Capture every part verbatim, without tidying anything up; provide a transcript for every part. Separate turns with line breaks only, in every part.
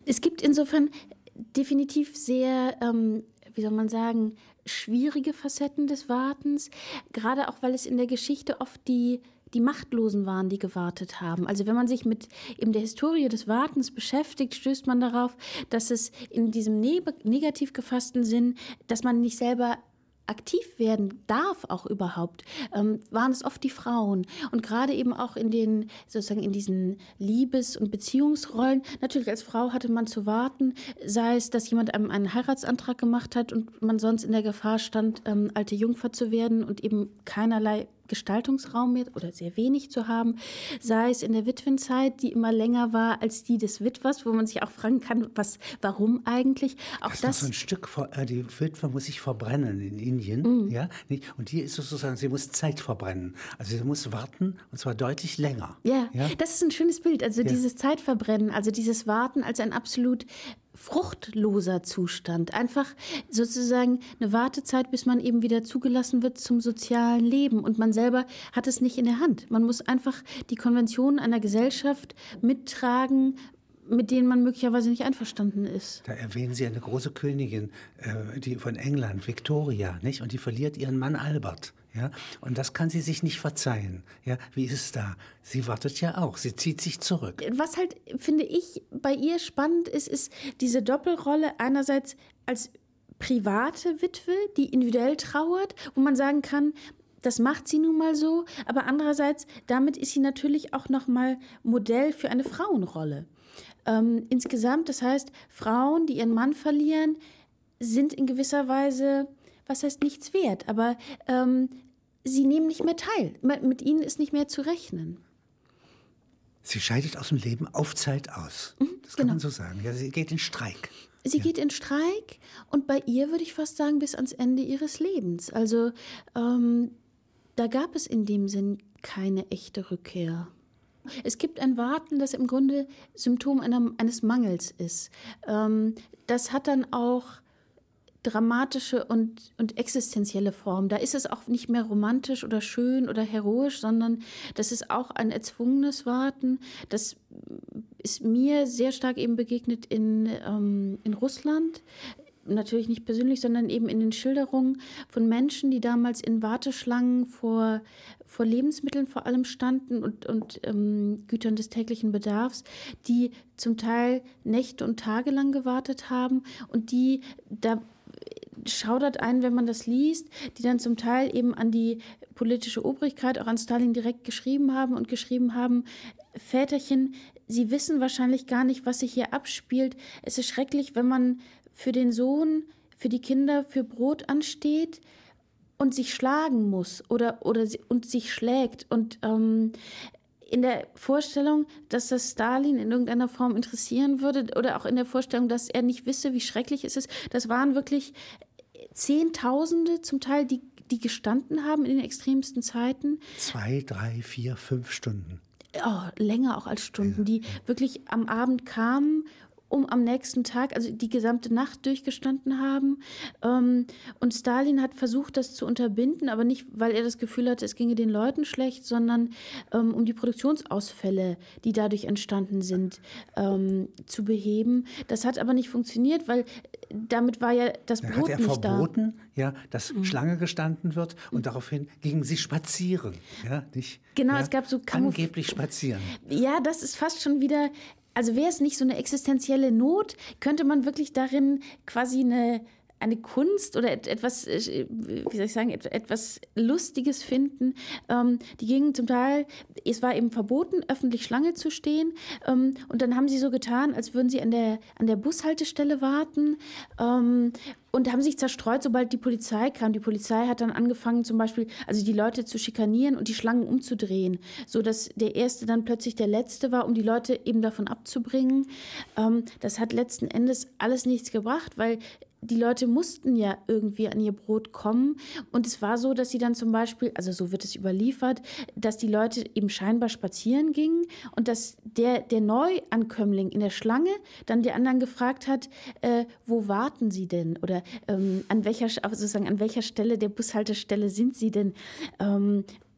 Es gibt insofern definitiv sehr, ähm, wie soll man sagen, schwierige Facetten des Wartens, gerade auch, weil es in der Geschichte oft die, die Machtlosen waren, die gewartet haben. Also wenn man sich mit eben der Historie des Wartens beschäftigt, stößt man darauf, dass es in diesem ne- negativ gefassten Sinn, dass man nicht selber aktiv werden darf auch überhaupt, ähm, waren es oft die Frauen. Und gerade eben auch in den, sozusagen in diesen Liebes- und Beziehungsrollen, natürlich als Frau hatte man zu warten, sei es, dass jemand einem einen Heiratsantrag gemacht hat und man sonst in der Gefahr stand, ähm, alte Jungfer zu werden und eben keinerlei Gestaltungsraum mehr oder sehr wenig zu haben, sei es in der Witwenzeit, die immer länger war als die des Witwers, wo man sich auch fragen kann, was, warum eigentlich? Auch
das,
das
ist so ein Stück, vor, äh, die Witwe muss sich verbrennen in Indien,
mm.
ja, nicht? Und hier ist es sozusagen, sie muss Zeit verbrennen, also sie muss warten und zwar deutlich länger.
Ja,
ja?
Das ist ein schönes Bild, also
ja.
dieses Zeitverbrennen, also dieses Warten als ein absolut fruchtloser Zustand. Einfach sozusagen eine Wartezeit, bis man eben wieder zugelassen wird zum sozialen Leben. Und man selber hat es nicht in der Hand. Man muss einfach die Konventionen einer Gesellschaft mittragen, mit denen man möglicherweise nicht einverstanden ist.
Da erwähnen Sie eine große Königin, äh, die von England, Victoria, nicht? Und die verliert ihren Mann Albert. Ja? Und das kann sie sich nicht verzeihen. Ja? Wie ist es da? Sie wartet ja auch, sie zieht sich zurück.
Was halt, finde ich, bei ihr spannend ist, ist diese Doppelrolle einerseits als private Witwe, die individuell trauert, wo man sagen kann, das macht sie nun mal so, aber andererseits, damit ist sie natürlich auch nochmal Modell für eine Frauenrolle. Ähm, insgesamt, das heißt, Frauen, die ihren Mann verlieren, sind in gewisser Weise, was heißt nichts wert, aber ähm, sie nehmen nicht mehr teil. Mit ihnen ist nicht mehr zu rechnen.
Sie scheidet aus dem Leben auf Zeit aus.
Mhm,
das kann
genau.
man so sagen. Ja, sie geht in Streik.
Sie
ja.
geht in Streik und bei ihr würde ich fast sagen, bis ans Ende ihres Lebens. Also ähm, da gab es in dem Sinn keine echte Rückkehr. Es gibt ein Warten, das im Grunde Symptom einer, eines Mangels ist. Ähm, das hat dann auch dramatische und, und existenzielle Form. Da ist es auch nicht mehr romantisch oder schön oder heroisch, sondern das ist auch ein erzwungenes Warten. Das ist mir sehr stark eben begegnet in, ähm, in Russland. Natürlich nicht persönlich, sondern eben in den Schilderungen von Menschen, die damals in Warteschlangen vor, vor Lebensmitteln vor allem standen und, und ähm, Gütern des täglichen Bedarfs, die zum Teil Nächte und Tage lang gewartet haben und die, da schaudert einen, wenn man das liest, die dann zum Teil eben an die politische Obrigkeit, auch an Stalin direkt geschrieben haben und geschrieben haben, Väterchen, Sie wissen wahrscheinlich gar nicht, was sich hier abspielt. Es ist schrecklich, wenn man für den Sohn, für die Kinder, für Brot ansteht und sich schlagen muss oder, oder und sich schlägt. Und ähm, in der Vorstellung, dass das Stalin in irgendeiner Form interessieren würde oder auch in der Vorstellung, dass er nicht wisse, wie schrecklich es ist, das waren wirklich Zehntausende zum Teil, die, die gestanden haben in den extremsten Zeiten.
Zwei, drei, vier, fünf Stunden.
Oh, länger auch als Stunden, die wirklich am Abend kamen, um am nächsten Tag, also die gesamte Nacht durchgestanden haben. Und Stalin hat versucht, das zu unterbinden, aber nicht, weil er das Gefühl hatte, es ginge den Leuten schlecht, sondern um die Produktionsausfälle, die dadurch entstanden sind, zu beheben. Das hat aber nicht funktioniert, weil damit war ja das
da
Brot
hat er
nicht da.
verboten, ja, dass mhm. Schlange gestanden wird und mhm. daraufhin gingen sie spazieren. Ja, nicht,
genau,
ja,
es gab so Kamuf-
angeblich spazieren.
Ja, das ist fast schon wieder, also wäre es nicht so eine existenzielle Not, könnte man wirklich darin quasi eine eine Kunst oder etwas, wie soll ich sagen, etwas Lustiges finden. Ähm, die gingen zum Teil, es war eben verboten, öffentlich Schlange zu stehen. Ähm, und dann haben sie so getan, als würden sie an der, an der Bushaltestelle warten. Ähm, und haben sich zerstreut, sobald die Polizei kam. Die Polizei hat dann angefangen, zum Beispiel, also die Leute zu schikanieren und die Schlangen umzudrehen, so dass der Erste dann plötzlich der Letzte war, um die Leute eben davon abzubringen. Ähm, das hat letzten Endes alles nichts gebracht, weil die Leute mussten ja irgendwie an ihr Brot kommen. Und es war so, dass sie dann zum Beispiel, also so wird es überliefert, dass die Leute eben scheinbar spazieren gingen und dass der, der Neuankömmling in der Schlange dann die anderen gefragt hat, äh, wo warten sie denn? Oder ähm, an welcher, sozusagen, an welcher Stelle der Bushaltestelle sind sie denn? Ähm,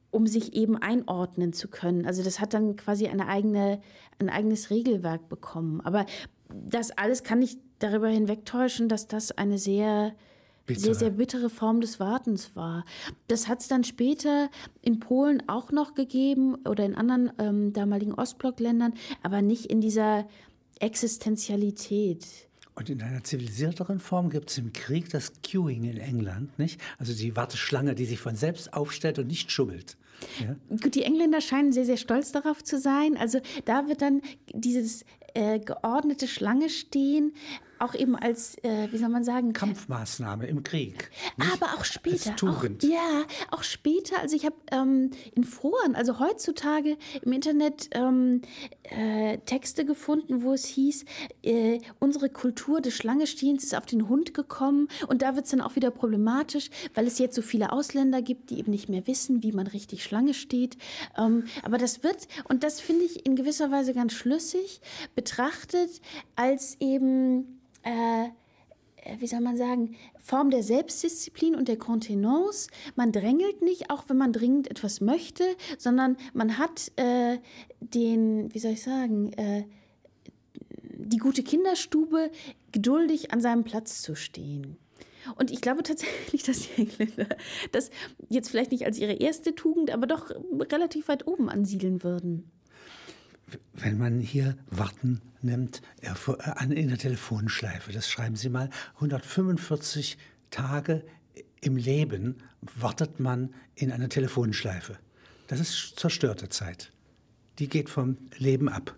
um sich eben einordnen zu können. Also das hat dann quasi eine eigene, ein eigenes Regelwerk bekommen. Aber das alles kann nicht darüber hinwegtäuschen, dass das eine sehr, Bittere. sehr, sehr bittere Form des Wartens war. Das hat es dann später in Polen auch noch gegeben oder in anderen ähm, damaligen Ostblockländern, aber nicht in dieser Existenzialität.
Und in einer zivilisierteren Form gibt es im Krieg das Queuing in England, nicht? Also die Warteschlange, die sich von selbst aufstellt und nicht schummelt. Ja?
Gut, die Engländer scheinen sehr, sehr stolz darauf zu sein. Also da wird dann dieses äh, geordnete Schlange stehen, auch eben als, äh, wie soll man sagen?
Kampfmaßnahme im Krieg. Nicht?
Aber auch später.
Als Tugend.
Auch, ja, auch später. Also ich habe ähm, in Foren, also heutzutage im Internet ähm, äh, Texte gefunden, wo es hieß, äh, unsere Kultur des Schlangestehens ist auf den Hund gekommen. Und da wird es dann auch wieder problematisch, weil es jetzt so viele Ausländer gibt, die eben nicht mehr wissen, wie man richtig Schlange steht. Ähm, aber das wird, und das finde ich in gewisser Weise ganz schlüssig, betrachtet als eben Äh, wie soll man sagen, Form der Selbstdisziplin und der Kontenance. Man drängelt nicht, auch wenn man dringend etwas möchte, sondern man hat äh, den, wie soll ich sagen, äh, die gute Kinderstube, geduldig an seinem Platz zu stehen. Und ich glaube tatsächlich, dass die Engländer das jetzt vielleicht nicht als ihre erste Tugend, aber doch relativ weit oben ansiedeln würden.
Wenn man hier Warten nimmt äh, in der Telefonschleife, das schreiben Sie mal, hundertfünfundvierzig Tage im Leben wartet man in einer Telefonschleife. Das ist zerstörte Zeit. Die geht vom Leben ab.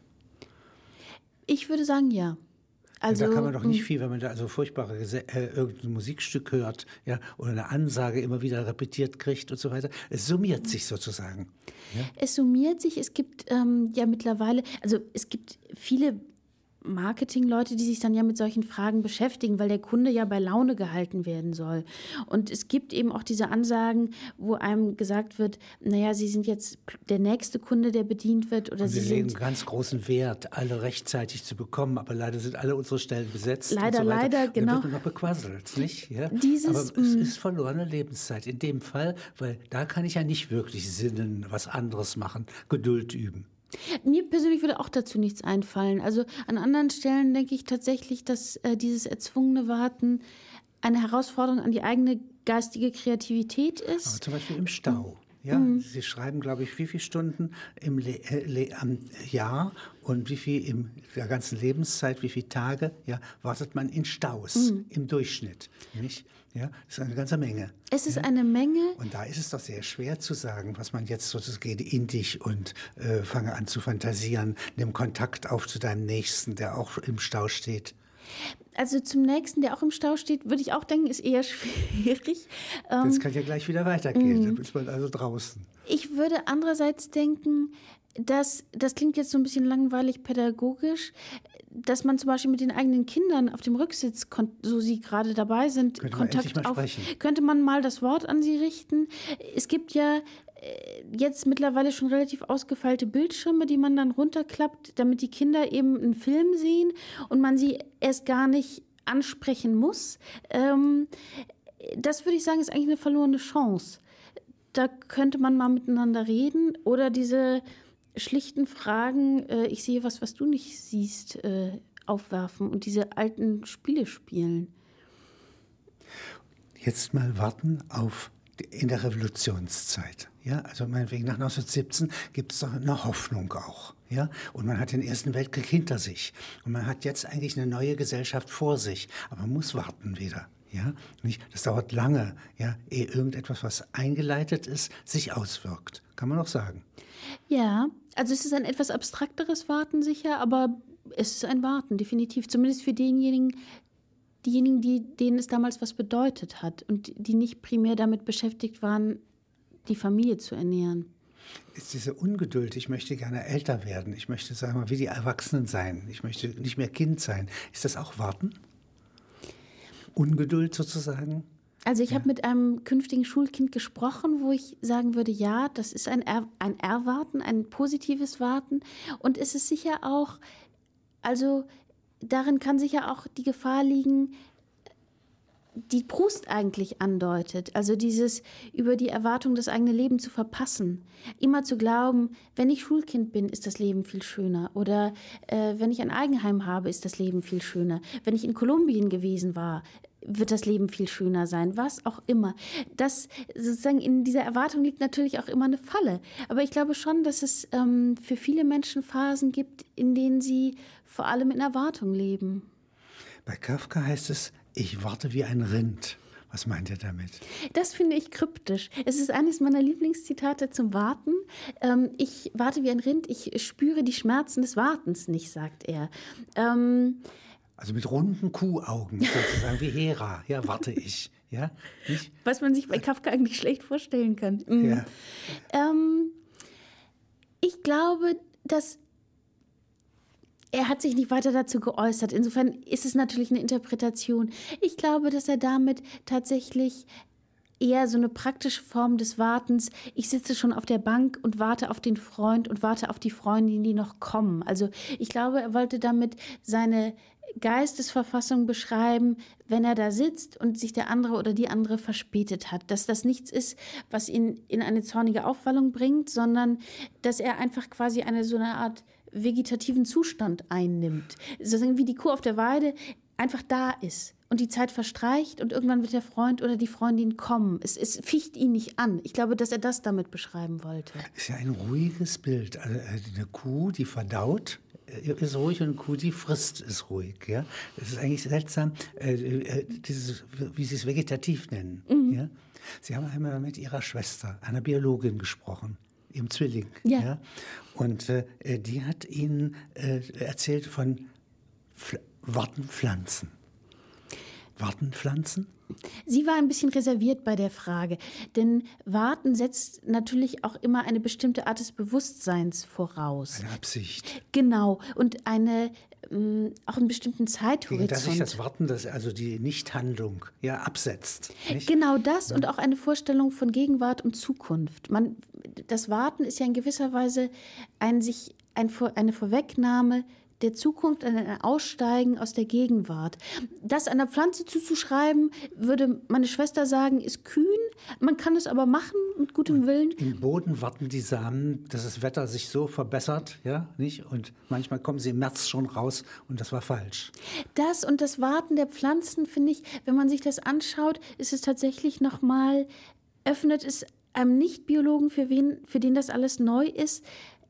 Ich würde sagen, ja. Also,
ja, da kann man doch nicht viel, wenn man da also furchtbare äh, irgendein Musikstück hört, ja, oder eine Ansage immer wieder repetiert kriegt und so weiter. Es summiert sich sozusagen. Ja?
Es summiert sich. Es gibt ähm, ja mittlerweile, also es gibt viele Marketingleute, die sich dann ja mit solchen Fragen beschäftigen, weil der Kunde ja bei Laune gehalten werden soll. Und es gibt eben auch diese Ansagen, wo einem gesagt wird, naja, Sie sind jetzt der nächste Kunde, der bedient wird. Oder
und
Sie
wir legen
sind
ganz großen Wert, alle rechtzeitig zu bekommen, aber leider sind alle unsere Stellen besetzt.
Leider,
und so weiter.
leider, genau.
Da wird man noch bequasselt, nicht? Ja?
Dieses,
aber es ist verlorene Lebenszeit in dem Fall, weil da kann ich ja nicht wirklich sinnen, was anderes machen, Geduld üben.
Mir persönlich würde auch dazu nichts einfallen. Also an anderen Stellen denke ich tatsächlich, dass äh, dieses erzwungene Warten eine Herausforderung an die eigene geistige Kreativität ist.
Aber zum Beispiel im Stau. Ja, mhm. Sie schreiben, glaube ich, wie viele Stunden im Le Le am Jahr und wie viel in der ganzen Lebenszeit, wie viele Tage, ja, wartet man in Staus mhm. im Durchschnitt, nicht? Ja, das ist eine ganze Menge.
Es ist
ja?
eine Menge.
Und da ist es doch sehr schwer zu sagen, was man jetzt sozusagen in dich und äh, fange an zu fantasieren, nimm Kontakt auf zu deinem Nächsten, der auch im Stau steht.
Also zum Nächsten, der auch im Stau steht, würde ich auch denken, ist eher schwierig.
Das kann ja gleich wieder weitergehen, dann ist man also draußen.
Ich würde andererseits denken, dass, das klingt jetzt so ein bisschen langweilig pädagogisch, dass man zum Beispiel mit den eigenen Kindern auf dem Rücksitz, so sie gerade dabei sind,
könnte
Kontakt
man
auf,
sprechen.
Könnte man mal das Wort an sie richten. Es gibt ja jetzt mittlerweile schon relativ ausgefeilte Bildschirme, die man dann runterklappt, damit die Kinder eben einen Film sehen und man sie erst gar nicht ansprechen muss. Ähm, das würde ich sagen, ist eigentlich eine verlorene Chance. Da könnte man mal miteinander reden oder diese schlichten Fragen, äh, ich sehe was, was du nicht siehst, äh, aufwerfen und diese alten Spiele spielen.
Jetzt mal warten auf in der Revolutionszeit. Ja, also meinetwegen nach neunzehnhundertsiebzehn gibt es doch eine Hoffnung auch. Ja, und man hat den Ersten Weltkrieg hinter sich. Und man hat jetzt eigentlich eine neue Gesellschaft vor sich. Aber man muss warten wieder. Ja, nicht? Das dauert lange, ja, ehe irgendetwas, was eingeleitet ist, sich auswirkt. Kann man auch sagen.
Ja, also es ist ein etwas abstrakteres Warten sicher, aber es ist ein Warten, definitiv. Zumindest für denjenigen, diejenigen, die, denen es damals was bedeutet hat und die nicht primär damit beschäftigt waren, die Familie zu ernähren.
Ist diese Ungeduld, ich möchte gerne älter werden, ich möchte, sagen wir mal, wie die Erwachsenen sein, ich möchte nicht mehr Kind sein. Ist das auch Warten? Ungeduld sozusagen?
Also ich
ja.
habe mit einem künftigen Schulkind gesprochen, wo ich sagen würde, ja, das ist ein, er ein Erwarten, ein positives Warten. Und es ist sicher auch, also darin kann sicher auch die Gefahr liegen, die Proust eigentlich andeutet. Also dieses über die Erwartung, das eigene Leben zu verpassen. Immer zu glauben, wenn ich Schulkind bin, ist das Leben viel schöner. Oder äh, wenn ich ein Eigenheim habe, ist das Leben viel schöner. Wenn ich in Kolumbien gewesen war, wird das Leben viel schöner sein. Was auch immer. Das sozusagen in dieser Erwartung liegt natürlich auch immer eine Falle. Aber ich glaube schon, dass es ähm, für viele Menschen Phasen gibt, in denen sie vor allem in Erwartung leben.
Bei Kafka heißt es, ich warte wie ein Rind. Was meint ihr damit?
Das finde ich kryptisch. Es ist eines meiner Lieblingszitate zum Warten. Ähm, ich warte wie ein Rind, ich spüre die Schmerzen des Wartens nicht, sagt er. Ähm,
also mit runden Kuhaugen, sozusagen wie Hera. Ja, warte ich. Ja, nicht?
Was man sich bei Kafka eigentlich schlecht vorstellen kann. Mhm.
Ja.
Ähm, ich glaube, dass er hat sich nicht weiter dazu geäußert. Insofern ist es natürlich eine Interpretation. Ich glaube, dass er damit tatsächlich eher so eine praktische Form des Wartens. Ich sitze schon auf der Bank und warte auf den Freund und warte auf die Freundin, die noch kommen. Also ich glaube, er wollte damit seine Geistesverfassung beschreiben, wenn er da sitzt und sich der andere oder die andere verspätet hat. Dass das nichts ist, was ihn in eine zornige Aufwallung bringt, sondern dass er einfach quasi eine so eine Art vegetativen Zustand einnimmt. Sozusagen wie die Kuh auf der Weide einfach da ist und die Zeit verstreicht und irgendwann wird der Freund oder die Freundin kommen. Es, es ficht ihn nicht an. Ich glaube, dass er das damit beschreiben wollte.
Ist ja ein ruhiges Bild. Also eine Kuh, die verdaut, ist ruhig und eine Kuh, die frisst, ist ruhig. Ja? Es ist eigentlich seltsam, äh, äh, dieses, wie Sie es vegetativ nennen. Mhm. Ja? Sie haben einmal mit Ihrer Schwester, einer Biologin, gesprochen. Ihrem Zwilling.
Ja.
Ja? Und äh, die hat Ihnen äh, erzählt von Pfl- Wartenpflanzen. Wartenpflanzen?
Sie war ein bisschen reserviert bei der Frage, denn Warten setzt natürlich auch immer eine bestimmte Art des Bewusstseins voraus.
Eine Absicht.
Genau, und eine, ähm, auch einen bestimmten Zeithorizont.
Gegen das sich das Warten, das, also die Nichthandlung, ja, absetzt. Nicht?
Genau das ja. Und auch eine Vorstellung von Gegenwart und Zukunft. Man, das Warten ist ja in gewisser Weise ein, sich, ein, eine Vorwegnahme der Zukunft, ein Aussteigen aus der Gegenwart. Das einer Pflanze zuzuschreiben, würde meine Schwester sagen, ist kühn. Man kann es aber machen mit gutem und Willen.
Im Boden warten die Samen, dass das Wetter sich so verbessert, ja, nicht? Und manchmal kommen sie im März schon raus und das war falsch.
Das und das Warten der Pflanzen, finde ich, wenn man sich das anschaut, ist es tatsächlich nochmal, öffnet es einem Nicht-Biologen, für wen, für den das alles neu ist,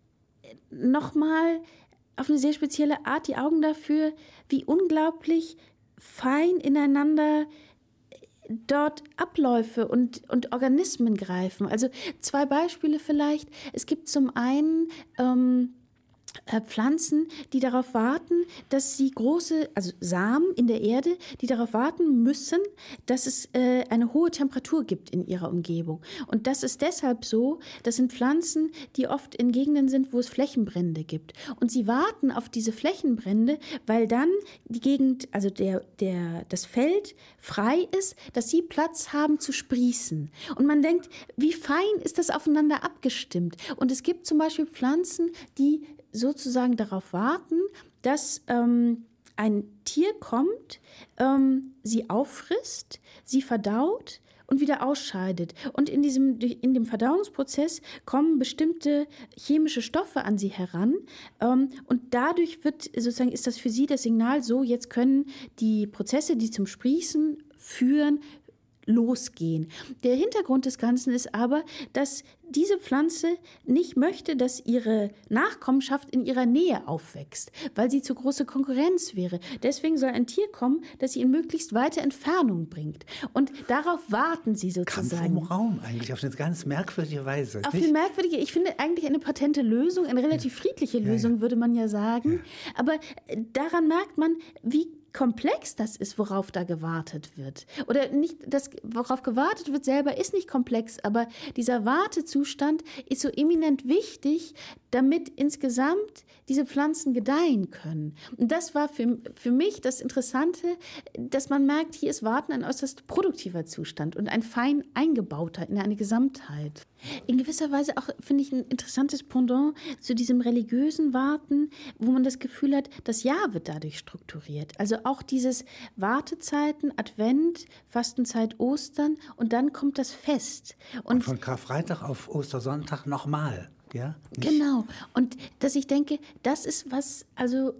nochmal auf eine sehr spezielle Art die Augen dafür, wie unglaublich fein ineinander dort Abläufe und, und Organismen greifen. Also zwei Beispiele vielleicht. Es gibt zum einen ähm, äh, Pflanzen, die darauf warten, dass sie große, also Samen in der Erde, die darauf warten müssen, dass es äh, eine hohe Temperatur gibt in ihrer Umgebung. Und das ist deshalb so, das sind Pflanzen, die oft in Gegenden sind, wo es Flächenbrände gibt. Und sie warten auf diese Flächenbrände, weil dann die Gegend, also der, der, das Feld frei ist, dass sie Platz haben zu sprießen. Und man denkt, wie fein ist das aufeinander abgestimmt? Und es gibt zum Beispiel Pflanzen, die sozusagen darauf warten, dass ähm, ein Tier kommt, ähm, sie auffrisst, sie verdaut und wieder ausscheidet. Und in diesem, in dem Verdauungsprozess kommen bestimmte chemische Stoffe an sie heran. Ähm, und dadurch wird sozusagen, ist das für sie das Signal, so jetzt können die Prozesse, die zum Sprießen führen, losgehen. Der Hintergrund des Ganzen ist aber, dass diese Pflanze nicht möchte, dass ihre Nachkommenschaft in ihrer Nähe aufwächst, weil sie zu große Konkurrenz wäre. Deswegen soll ein Tier kommen, das sie in möglichst weite Entfernung bringt. Und darauf warten sie sozusagen.
Kampf um Raum eigentlich, auf eine ganz merkwürdige Weise.
Auf eine merkwürdige, ich finde eigentlich eine patente Lösung, eine relativ friedliche Lösung, ja, ja. würde man ja sagen. Ja. Aber daran merkt man, wie komplex das ist, worauf da gewartet wird. Oder nicht, das, worauf gewartet wird selber, ist nicht komplex, aber dieser Wartezustand ist so eminent wichtig, damit insgesamt diese Pflanzen gedeihen können. Und das war für, für mich das Interessante, dass man merkt, hier ist Warten ein äußerst produktiver Zustand und ein fein eingebauter in eine Gesamtheit. In gewisser Weise auch, finde ich, ein interessantes Pendant zu diesem religiösen Warten, wo man das Gefühl hat, das Jahr wird dadurch strukturiert. Also auch dieses Wartezeiten, Advent, Fastenzeit, Ostern und dann kommt das Fest.
Und, und von Karfreitag auf Ostersonntag nochmal. Ja? Nicht?
Genau. Und dass ich denke, das ist was, also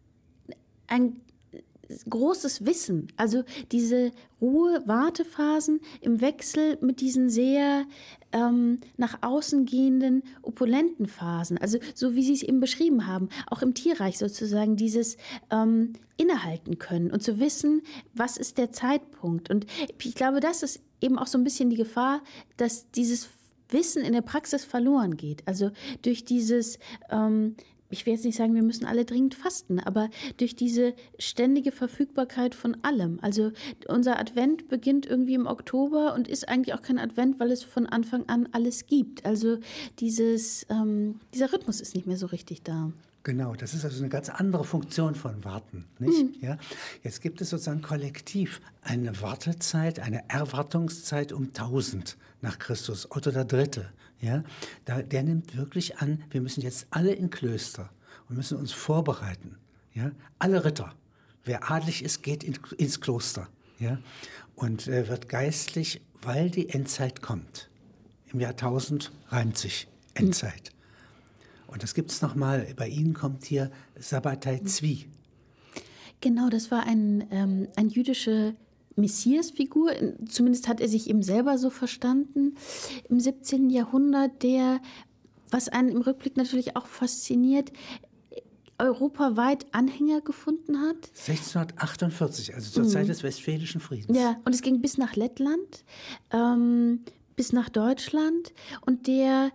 ein großes Wissen, also diese Ruhe, Wartephasen im Wechsel mit diesen sehr ähm, nach außen gehenden, opulenten Phasen, also so wie Sie es eben beschrieben haben, auch im Tierreich sozusagen dieses ähm, innehalten können und zu wissen, was ist der Zeitpunkt. Und ich glaube, das ist eben auch so ein bisschen die Gefahr, dass dieses Wissen in der Praxis verloren geht. Also durch dieses ähm, ich will jetzt nicht sagen, wir müssen alle dringend fasten, aber durch diese ständige Verfügbarkeit von allem. Also unser Advent beginnt irgendwie im Oktober und ist eigentlich auch kein Advent, weil es von Anfang an alles gibt. Also dieses, ähm, dieser Rhythmus ist nicht mehr so richtig da.
Genau, das ist also eine ganz andere Funktion von Warten, nicht? Mhm. Ja? Jetzt gibt es sozusagen kollektiv eine Wartezeit, eine Erwartungszeit um tausend nach Christus, Otto der Dritte. Ja? Da, der nimmt wirklich an, wir müssen jetzt alle in Klöster und müssen uns vorbereiten. Ja? Alle Ritter, wer adlig ist, geht in, ins Kloster. Ja? Und äh, wird geistlich, weil die Endzeit kommt. Im Jahr tausend reimt sich Endzeit. Mhm. Und das gibt es nochmal, bei Ihnen kommt hier Sabbatai Tzvi.
Genau, das war ein, ähm, eine jüdische Messiasfigur, zumindest hat er sich eben selber so verstanden, im siebzehnten Jahrhundert, der, was einen im Rückblick natürlich auch fasziniert, europaweit Anhänger gefunden hat.
sechzehnhundertachtundvierzig, also zur mhm. Zeit des Westfälischen Friedens.
Ja, und es ging bis nach Lettland, ähm, bis nach Deutschland und der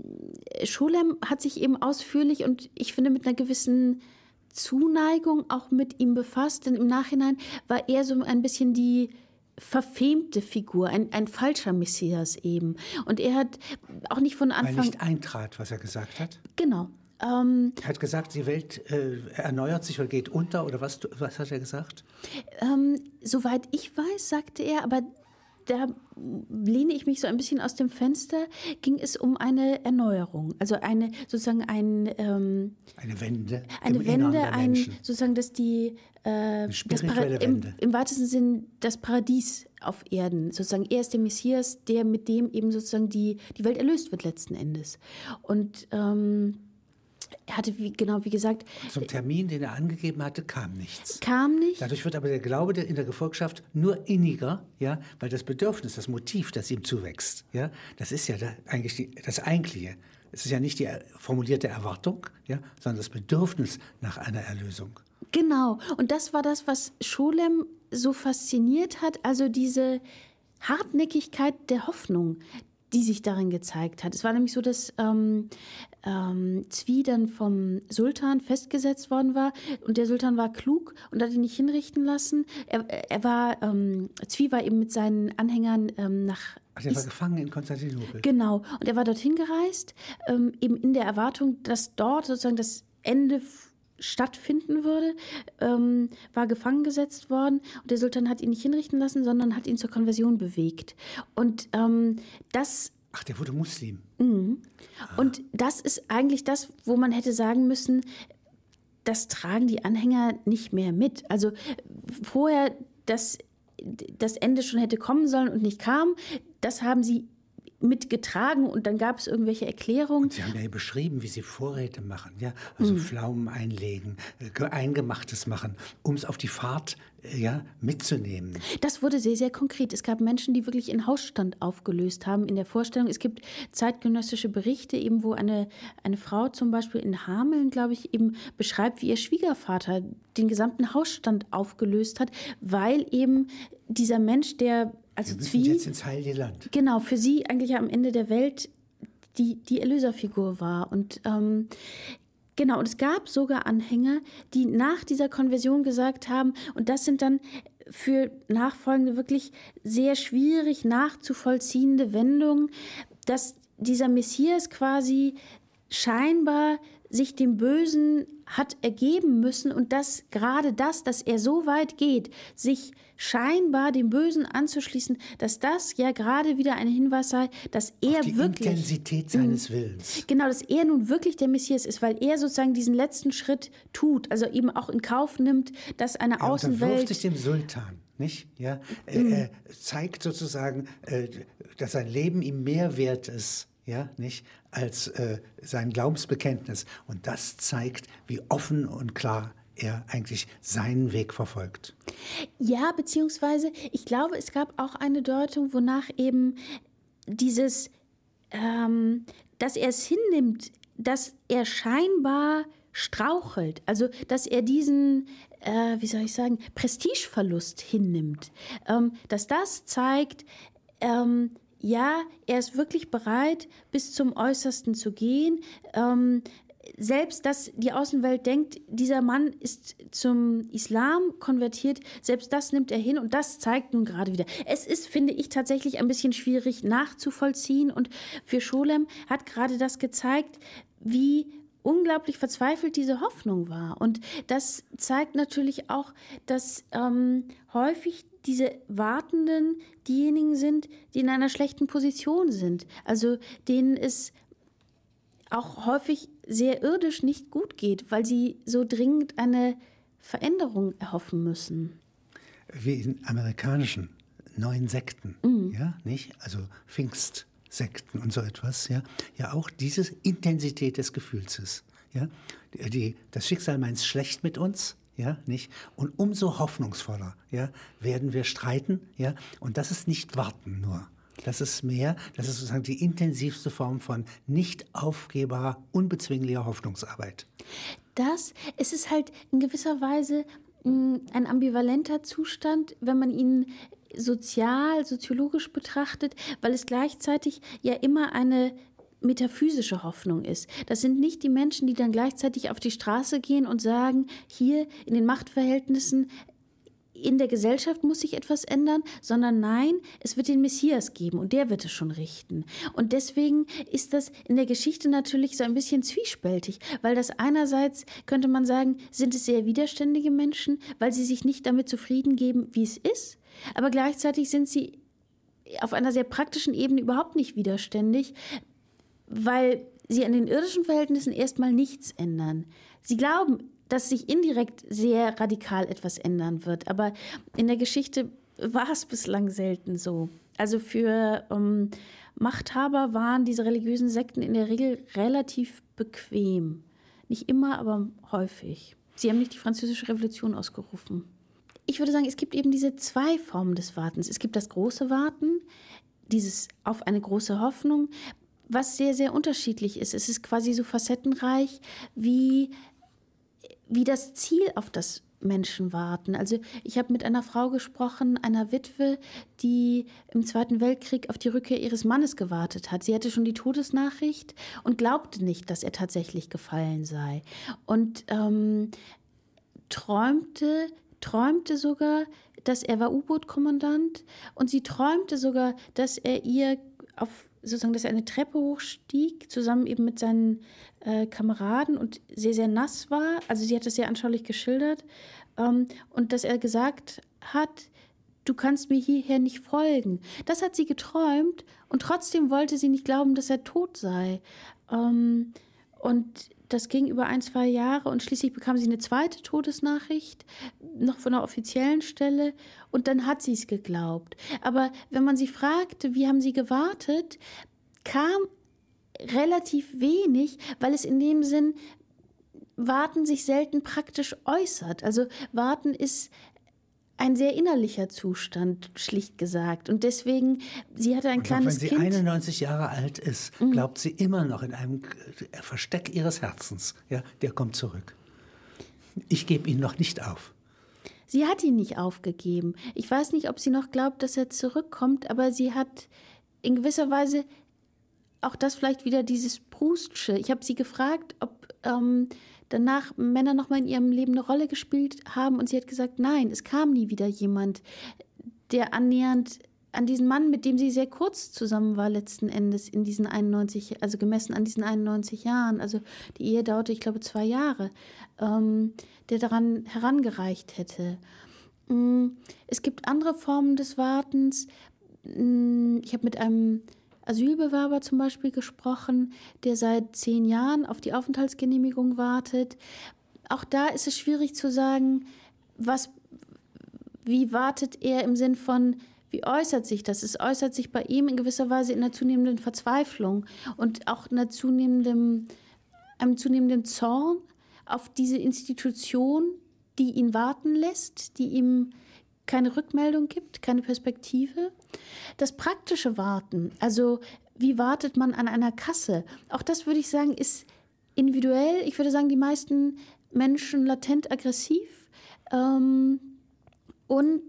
Scholem hat sich eben ausführlich und ich finde mit einer gewissen Zuneigung auch mit ihm befasst, denn im Nachhinein war er so ein bisschen die verfemte Figur, ein, ein falscher Messias eben. Und er hat auch nicht von Anfang...
Weil nicht eintrat, was er gesagt hat?
Genau. Ähm,
er hat gesagt, die Welt äh, erneuert sich oder geht unter, oder was, was hat er gesagt?
Ähm, soweit ich weiß, sagte er, aber da lehne ich mich so ein bisschen aus dem Fenster, ging es um eine Erneuerung, also eine sozusagen ein ähm,
eine Wende,
eine
im
Wende, ein sozusagen, dass die äh, das Para- im, im weitesten Sinn das Paradies auf Erden, sozusagen er ist der Messias, der mit dem eben sozusagen die die Welt erlöst wird letzten Endes. Und ähm, er hatte, wie, genau wie gesagt...
Und zum Termin, den er angegeben hatte, kam nichts.
Kam nicht.
Dadurch wird aber der Glaube in der Gefolgschaft nur inniger, ja, weil das Bedürfnis, das Motiv, das ihm zuwächst, ja, das ist ja da eigentlich die, das Eigentliche. Es ist ja nicht die formulierte Erwartung, ja, sondern das Bedürfnis nach einer Erlösung.
Genau. Und das war das, was Scholem so fasziniert hat, also diese Hartnäckigkeit der Hoffnung, die sich darin gezeigt hat. Es war nämlich so, dass ähm, ähm, Tzvi dann vom Sultan festgesetzt worden war und der Sultan war klug und hat ihn nicht hinrichten lassen. Er, er war, ähm, Tzvi war eben mit seinen Anhängern ähm, nach
Ach, er war gefangen in Konstantinopel.
Genau. Und er war dorthin gereist, ähm, eben in der Erwartung, dass dort sozusagen das Ende stattfinden würde, ähm, war gefangen gesetzt worden und der Sultan hat ihn nicht hinrichten lassen, sondern hat ihn zur Konversion bewegt. Und ähm, das...
Ach, der wurde Muslim.
Mhm. Ah. Und das ist eigentlich das, wo man hätte sagen müssen, das tragen die Anhänger nicht mehr mit. Also vorher, dass das Ende schon hätte kommen sollen und nicht kam, das haben sie mitgetragen und dann gab es irgendwelche Erklärungen.
Und Sie haben ja hier beschrieben, wie Sie Vorräte machen, ja, also mhm. Pflaumen einlegen, äh, Eingemachtes machen, um es auf die Fahrt äh, ja, mitzunehmen.
Das wurde sehr, sehr konkret. Es gab Menschen, die wirklich in Hausstand aufgelöst haben in der Vorstellung. Es gibt zeitgenössische Berichte, eben wo eine, eine Frau zum Beispiel in Hameln, glaube ich, eben beschreibt, wie ihr Schwiegervater den gesamten Hausstand aufgelöst hat, weil eben dieser Mensch, der Also
Wir müssen
Tzvi,
jetzt ins Heilige Land.
Genau, für sie eigentlich am Ende der Welt die, die Erlöserfigur war. Und ähm, genau, und es gab sogar Anhänger, die nach dieser Konversion gesagt haben, und das sind dann für Nachfolgende wirklich sehr schwierig nachzuvollziehende Wendungen, dass dieser Messias quasi scheinbar sich dem Bösen hat ergeben müssen und dass gerade das, dass er so weit geht, sich scheinbar dem Bösen anzuschließen, dass das ja gerade wieder ein Hinweis sei, dass er
Auf die
wirklich...
Intensität seines Willens.
Genau, dass er nun wirklich der Messias ist, weil er sozusagen diesen letzten Schritt tut, also eben auch in Kauf nimmt, dass eine
Er
Außenwelt...
unterwirft sich dem Sultan, nicht? Ja, er,
Mhm.
er zeigt sozusagen, äh, dass sein Leben ihm mehr wert ist, ja, nicht, als äh, sein Glaubensbekenntnis. Und das zeigt, wie offen und klar er eigentlich seinen Weg verfolgt.
Ja, beziehungsweise ich glaube, es gab auch eine Deutung, wonach eben dieses, ähm, dass er es hinnimmt, dass er scheinbar strauchelt, also dass er diesen, äh, wie soll ich sagen, Prestigeverlust hinnimmt, ähm, dass das zeigt, ähm, ja, er ist wirklich bereit, bis zum Äußersten zu gehen. Ähm, selbst, dass die Außenwelt denkt, dieser Mann ist zum Islam konvertiert, selbst das nimmt er hin und das zeigt nun gerade wieder. Es ist, finde ich, tatsächlich ein bisschen schwierig nachzuvollziehen und für Scholem hat gerade das gezeigt, wie unglaublich verzweifelt diese Hoffnung war. Und das zeigt natürlich auch, dass ähm, häufig diese Wartenden diejenigen sind, die in einer schlechten Position sind. Also denen es auch häufig sehr irdisch nicht gut geht, weil sie so dringend eine Veränderung erhoffen müssen.
Wie in amerikanischen neuen Sekten, mhm. ja, nicht? Also Pfingstsekten und so etwas, ja, ja auch diese Intensität des Gefühls ist, ja, die, die, das Schicksal meint es schlecht mit uns, ja, nicht? Und umso hoffnungsvoller, ja, werden wir streiten, ja, und das ist nicht Warten nur. Das ist mehr, das ist sozusagen die intensivste Form von nicht aufgehbarer, unbezwinglicher Hoffnungsarbeit.
Das, es ist halt in gewisser Weise mh, ein ambivalenter Zustand, wenn man ihn sozial, soziologisch betrachtet, weil es gleichzeitig ja immer eine metaphysische Hoffnung ist. Das sind nicht die Menschen, die dann gleichzeitig auf die Straße gehen und sagen, hier in den Machtverhältnissen in der Gesellschaft muss sich etwas ändern, sondern nein, es wird den Messias geben und der wird es schon richten. Und deswegen ist das in der Geschichte natürlich so ein bisschen zwiespältig, weil das einerseits, könnte man sagen, sind es sehr widerständige Menschen, weil sie sich nicht damit zufrieden geben, wie es ist, aber gleichzeitig sind sie auf einer sehr praktischen Ebene überhaupt nicht widerständig, weil sie an den irdischen Verhältnissen erstmal nichts ändern. Sie glauben, dass sich indirekt sehr radikal etwas ändern wird. Aber in der Geschichte war es bislang selten so. Also für ähm, Machthaber waren diese religiösen Sekten in der Regel relativ bequem. Nicht immer, aber häufig. Sie haben nicht die Französische Revolution ausgerufen. Ich würde sagen, es gibt eben diese zwei Formen des Wartens. Es gibt das große Warten, dieses auf eine große Hoffnung, was sehr, sehr unterschiedlich ist. Es ist quasi so facettenreich wie wie das Ziel, auf das Menschen warten. Also ich habe mit einer Frau gesprochen, einer Witwe, die im Zweiten Weltkrieg auf die Rückkehr ihres Mannes gewartet hat. Sie hatte schon die Todesnachricht und glaubte nicht, dass er tatsächlich gefallen sei. Und ähm, träumte, träumte sogar, dass er war U-Boot-Kommandant und sie träumte sogar, dass er ihr auf sozusagen, dass er eine Treppe hochstieg, zusammen eben mit seinen äh, Kameraden und sehr, sehr nass war. Also sie hat das sehr anschaulich geschildert. Ähm, und dass er gesagt hat, du kannst mir hierher nicht folgen. Das hat sie geträumt und trotzdem wollte sie nicht glauben, dass er tot sei. Ähm, und das ging über ein, zwei Jahre und schließlich bekam sie eine zweite Todesnachricht, noch von einer offiziellen Stelle, und dann hat sie es geglaubt. Aber wenn man sie fragte, wie haben sie gewartet, kam relativ wenig, weil es in dem Sinn Warten sich selten praktisch äußert. Also Warten ist ein sehr innerlicher Zustand, schlicht gesagt. Und deswegen, sie hatte ein
und
kleines
Kind.
Kind.
Wenn sie einundneunzig Jahre alt ist, mhm. glaubt sie immer noch in einem Versteck ihres Herzens. Ja, der kommt zurück. Ich gebe ihn noch nicht auf.
Sie hat ihn nicht aufgegeben. Ich weiß nicht, ob sie noch glaubt, dass er zurückkommt, aber sie hat in gewisser Weise auch das vielleicht wieder dieses Proustsche. Ich habe sie gefragt, ob ähm, danach Männer noch mal in ihrem Leben eine Rolle gespielt haben und sie hat gesagt, nein, es kam nie wieder jemand, der annähernd an diesen Mann, mit dem sie sehr kurz zusammen war letzten Endes in diesen einundneunzig, also gemessen an diesen einundneunzig Jahren, also die Ehe dauerte, ich glaube, zwei Jahre, ähm, der daran herangereicht hätte. Es gibt andere Formen des Wartens. Ich habe mit einem Asylbewerber zum Beispiel gesprochen, der seit zehn Jahren auf die Aufenthaltsgenehmigung wartet. Auch da ist es schwierig zu sagen, was, wie wartet er im Sinn von, wie äußert sich das? Es äußert sich bei ihm in gewisser Weise in einer zunehmenden Verzweiflung und auch in einer zunehmenden, einem zunehmenden Zorn auf diese Institution, die ihn warten lässt, die ihm keine Rückmeldung gibt, keine Perspektive. Das praktische Warten, also wie wartet man an einer Kasse, auch das würde ich sagen, ist individuell. Ich würde sagen, die meisten Menschen latent aggressiv ähm, und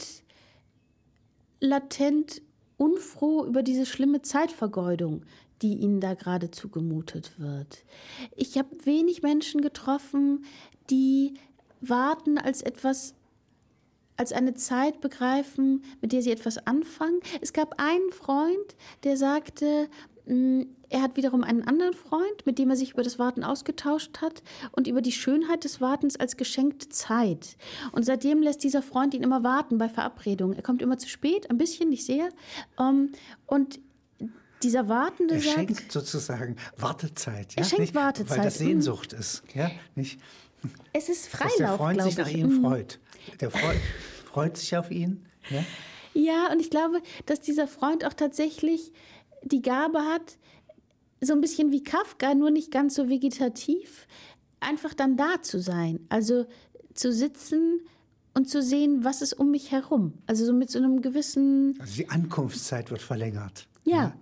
latent unfroh über diese schlimme Zeitvergeudung, die ihnen da gerade zugemutet wird. Ich habe wenig Menschen getroffen, die Warten als etwas, als eine Zeit begreifen, mit der sie etwas anfangen. Es gab einen Freund, der sagte, er hat wiederum einen anderen Freund, mit dem er sich über das Warten ausgetauscht hat und über die Schönheit des Wartens als geschenkte Zeit. Und seitdem lässt dieser Freund ihn immer warten bei Verabredungen. Er kommt immer zu spät, ein bisschen, nicht sehr. Und dieser Wartende
er
sagt...
Er schenkt sozusagen Wartezeit. Ja?
Er schenkt
nicht?
Wartezeit.
Weil das Sehnsucht ist. Ja? Nicht?
Es ist Freilauf,
dass der Freund sich nach
ich.
ihm freut. Der Freund freut sich auf ihn. Ja?
Ja, und ich glaube, dass dieser Freund auch tatsächlich die Gabe hat, so ein bisschen wie Kafka, nur nicht ganz so vegetativ, einfach dann da zu sein. Also zu sitzen und zu sehen, was ist um mich herum. Also so mit so einem gewissen...
Also die Ankunftszeit wird verlängert.
Ja.
Ja.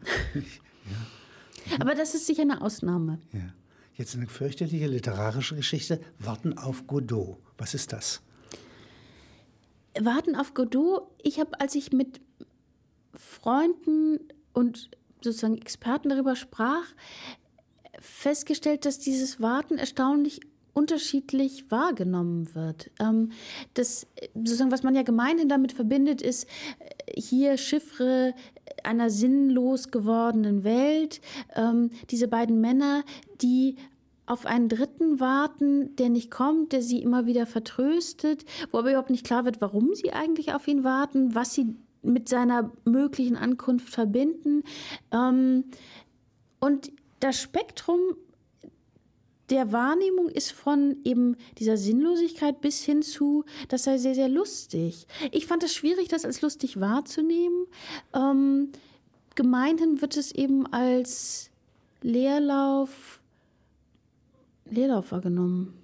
Ja. Aber das ist sicher eine Ausnahme.
Ja. Jetzt eine fürchterliche literarische Geschichte. Warten auf Godot. Was ist das?
Warten auf Godot. Ich habe, als ich mit Freunden und sozusagen Experten darüber sprach, festgestellt, dass dieses Warten erstaunlich unterschiedlich wahrgenommen wird. Ähm, das, sozusagen, was man ja gemeinhin damit verbindet, ist hier Chiffre einer sinnlos gewordenen Welt. Ähm, diese beiden Männer, die auf einen Dritten warten, der nicht kommt, der sie immer wieder vertröstet, wo aber überhaupt nicht klar wird, warum sie eigentlich auf ihn warten, was sie mit seiner möglichen Ankunft verbinden. Ähm, und das Spektrum der Wahrnehmung ist von eben dieser Sinnlosigkeit bis hin zu, das sei sehr, sehr lustig. Ich fand es schwierig, das als lustig wahrzunehmen. Ähm, gemeinhin wird es eben als Leerlauf, Leerlauf wahrgenommen.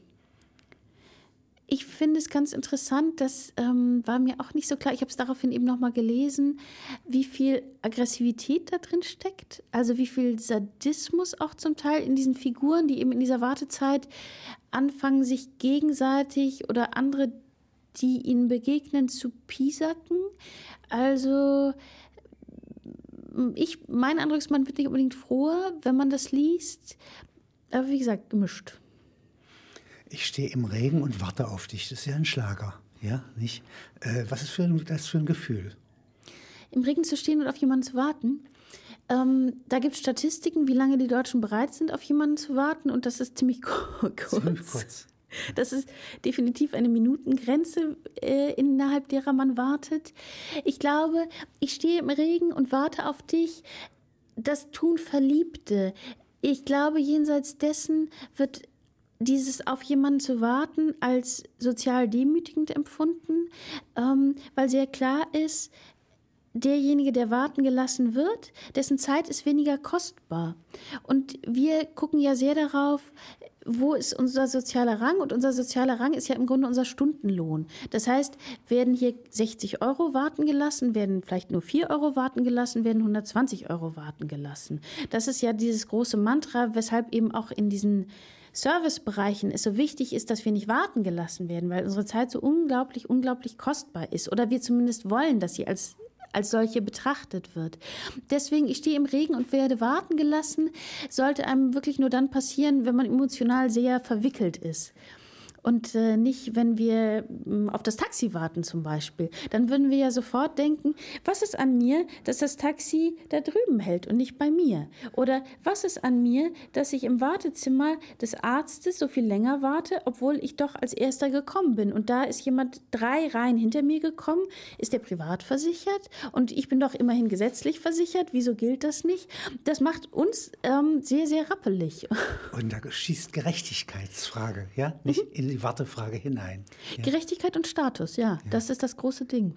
Ich finde es ganz interessant, das ähm, war mir auch nicht so klar, ich habe es daraufhin eben nochmal gelesen, wie viel Aggressivität da drin steckt, also wie viel Sadismus auch zum Teil in diesen Figuren, die eben in dieser Wartezeit anfangen, sich gegenseitig oder andere, die ihnen begegnen, zu piesacken. Also ich, mein Eindruck ist, man wird nicht unbedingt froher, wenn man das liest, aber wie gesagt, gemischt.
Ich stehe im Regen und warte auf dich. Das ist ja ein Schlager, ja, nicht? Äh, was ist für ein, das für ein Gefühl?
Im Regen zu stehen und auf jemanden zu warten. Ähm, da gibt es Statistiken, wie lange die Deutschen bereit sind, auf jemanden zu warten. Und das ist ziemlich kurz. Ziemlich kurz. Das ist definitiv eine Minutengrenze, äh, innerhalb derer man wartet. Ich glaube, ich stehe im Regen und warte auf dich. Das tun Verliebte. Ich glaube, jenseits dessen wird dieses auf jemanden zu warten als sozial demütigend empfunden, ähm, weil sehr klar ist, derjenige, der warten gelassen wird, dessen Zeit ist weniger kostbar. Und wir gucken ja sehr darauf, wo ist unser sozialer Rang? Und unser sozialer Rang ist ja im Grunde unser Stundenlohn. Das heißt, werden hier sechzig Euro warten gelassen, werden vielleicht nur vier Euro warten gelassen, werden hundertzwanzig Euro warten gelassen. Das ist ja dieses große Mantra, weshalb eben auch in diesen Servicebereichen es so wichtig ist, dass wir nicht warten gelassen werden, weil unsere Zeit so unglaublich, unglaublich kostbar ist. Oder wir zumindest wollen, dass sie als, als solche betrachtet wird. Deswegen, ich stehe im Regen und werde warten gelassen, sollte einem wirklich nur dann passieren, wenn man emotional sehr verwickelt ist. Und äh, nicht, wenn wir mh, auf das Taxi warten zum Beispiel. Dann würden wir ja sofort denken, was ist an mir, dass das Taxi da drüben hält und nicht bei mir? Oder was ist an mir, dass ich im Wartezimmer des Arztes so viel länger warte, obwohl ich doch als Erster gekommen bin? Und da ist jemand drei Reihen hinter mir gekommen. Ist der privat versichert? Und ich bin doch immerhin gesetzlich versichert. Wieso gilt das nicht? Das macht uns ähm, sehr, sehr rappelig.
Und da schießt Gerechtigkeitsfrage, ja, nicht mhm. in die Wartefrage hinein. Ja.
Gerechtigkeit und Status, ja, ja, das ist das große Ding.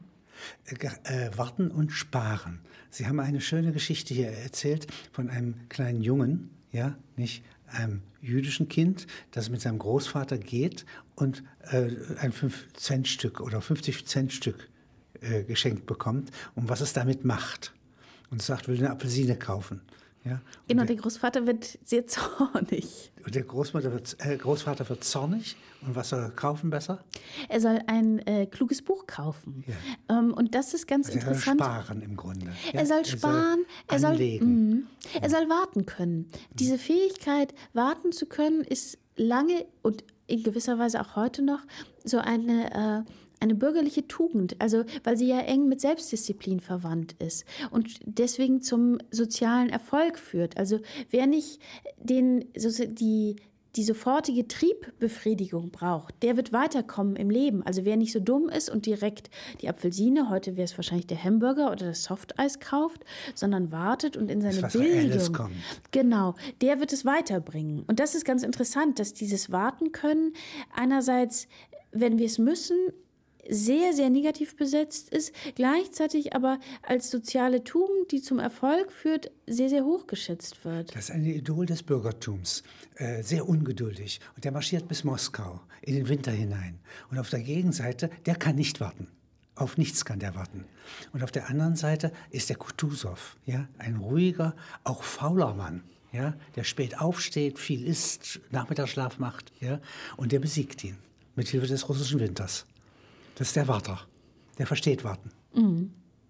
Äh, warten und sparen. Sie haben eine schöne Geschichte hier erzählt von einem kleinen Jungen, ja, nicht einem jüdischen Kind, das mit seinem Großvater geht und äh, ein fünf-Cent-Stück oder fünfzig-Cent-Stück äh, geschenkt bekommt und was es damit macht. Und sagt, will eine Apfelsine kaufen. Ja,
genau,
der,
der Großvater wird sehr zornig.
Und der Großmutter wird, äh, Großvater wird zornig. Und was soll er kaufen besser?
Er soll ein äh, kluges Buch kaufen. Ja. Ähm, und das ist ganz
also
interessant.
Er soll sparen im Grunde. Ja?
Er soll sparen, er soll,
er soll,
mh, er soll warten können. Mhm. Diese Fähigkeit, warten zu können, ist lange und in gewisser Weise auch heute noch so eine... Äh, Eine bürgerliche Tugend, also weil sie ja eng mit Selbstdisziplin verwandt ist und deswegen zum sozialen Erfolg führt. Also wer nicht den, so die, die sofortige Triebbefriedigung braucht, der wird weiterkommen im Leben. Also wer nicht so dumm ist und direkt die Apfelsine, heute wäre es wahrscheinlich der Hamburger oder das Softeis kauft, sondern wartet und in seine
das,
Bildung.
Kommt.
Genau, der wird es weiterbringen. Und das ist ganz interessant, dass dieses Warten können einerseits, wenn wir es müssen, sehr, sehr negativ besetzt ist, gleichzeitig aber als soziale Tugend, die zum Erfolg führt, sehr, sehr hoch geschätzt wird.
Das ist ein Idol des Bürgertums, äh, sehr ungeduldig. Und der marschiert bis Moskau, in den Winter hinein. Und auf der Gegenseite, der kann nicht warten. Auf nichts kann der warten. Und auf der anderen Seite ist der Kutusow, ja, ein ruhiger, auch fauler Mann. Ja, der spät aufsteht, viel isst, Nachmittagsschlaf macht. Ja, und der besiegt ihn mit Hilfe des russischen Winters. Das ist der Warter. Der versteht warten.
Mhm.